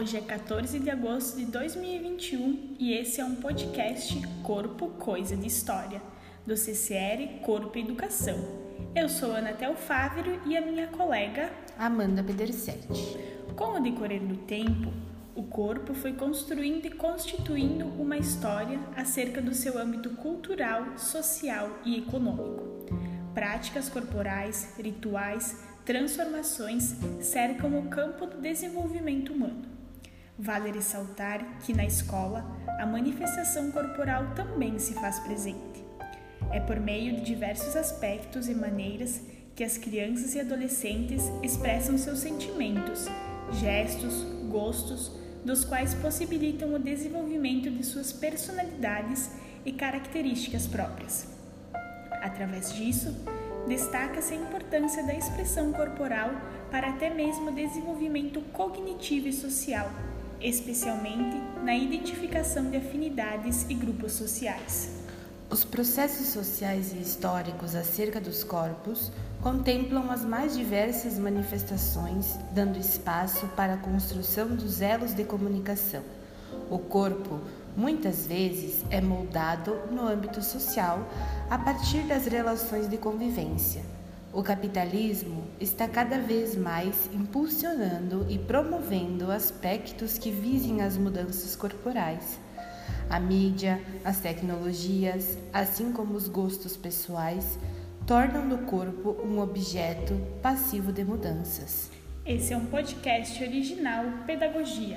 Hoje é 14 de agosto de 2021 e esse é um podcast Corpo, Coisa de História, do CCR Corpo e Educação. Eu sou Ana Teofávero e a minha colega Amanda Pedersetti. Com o decorrer do tempo, o corpo foi construindo e constituindo uma história acerca do seu âmbito cultural, social e econômico. Práticas corporais, rituais, transformações cercam o campo do desenvolvimento humano. Vale ressaltar que na escola a manifestação corporal também se faz presente. É por meio de diversos aspectos e maneiras que as crianças e adolescentes expressam seus sentimentos, gestos, gostos, dos quais possibilitam o desenvolvimento de suas personalidades e características próprias. Através disso, destaca-se a importância da expressão corporal para até mesmo o desenvolvimento cognitivo e social, especialmente na identificação de afinidades e grupos sociais. Os processos sociais e históricos acerca dos corpos contemplam as mais diversas manifestações, dando espaço para a construção dos elos de comunicação. O corpo, muitas vezes, é moldado no âmbito social a partir das relações de convivência. O capitalismo está cada vez mais impulsionando e promovendo aspectos que visem as mudanças corporais. A mídia, as tecnologias, assim como os gostos pessoais, tornam do corpo um objeto passivo de mudanças. Esse é um podcast original Pedagogia.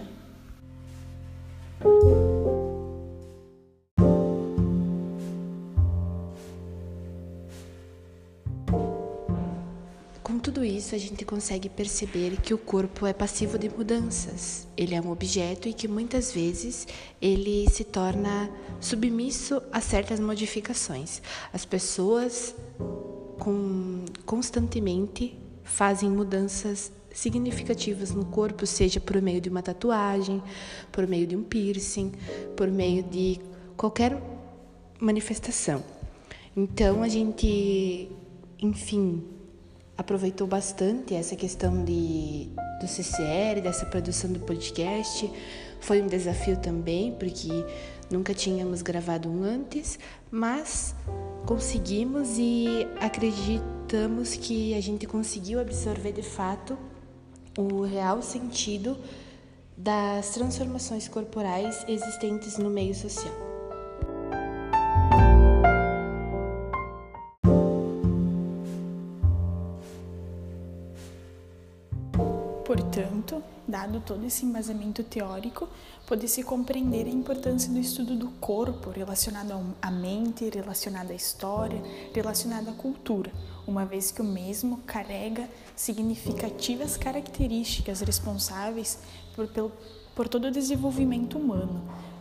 Com tudo isso, a gente consegue perceber que o corpo é passivo de mudanças. Ele é um objeto e que muitas vezes ele se torna submisso a certas modificações. As pessoas constantemente fazem mudanças significativas no corpo, seja por meio de uma tatuagem, por meio de um piercing, por meio de qualquer manifestação. Então, a gente, aproveitou bastante essa questão do CCR, dessa produção do podcast. Foi um desafio também, porque nunca tínhamos gravado um antes, mas conseguimos e acreditamos que a gente conseguiu absorver de fato o real sentido das transformações corporais existentes no meio social. Portanto, dado todo esse embasamento teórico, pode-se compreender a importância do estudo do corpo relacionado à mente, relacionado à história, relacionado à cultura, uma vez que o mesmo carrega significativas características responsáveis por todo o desenvolvimento humano,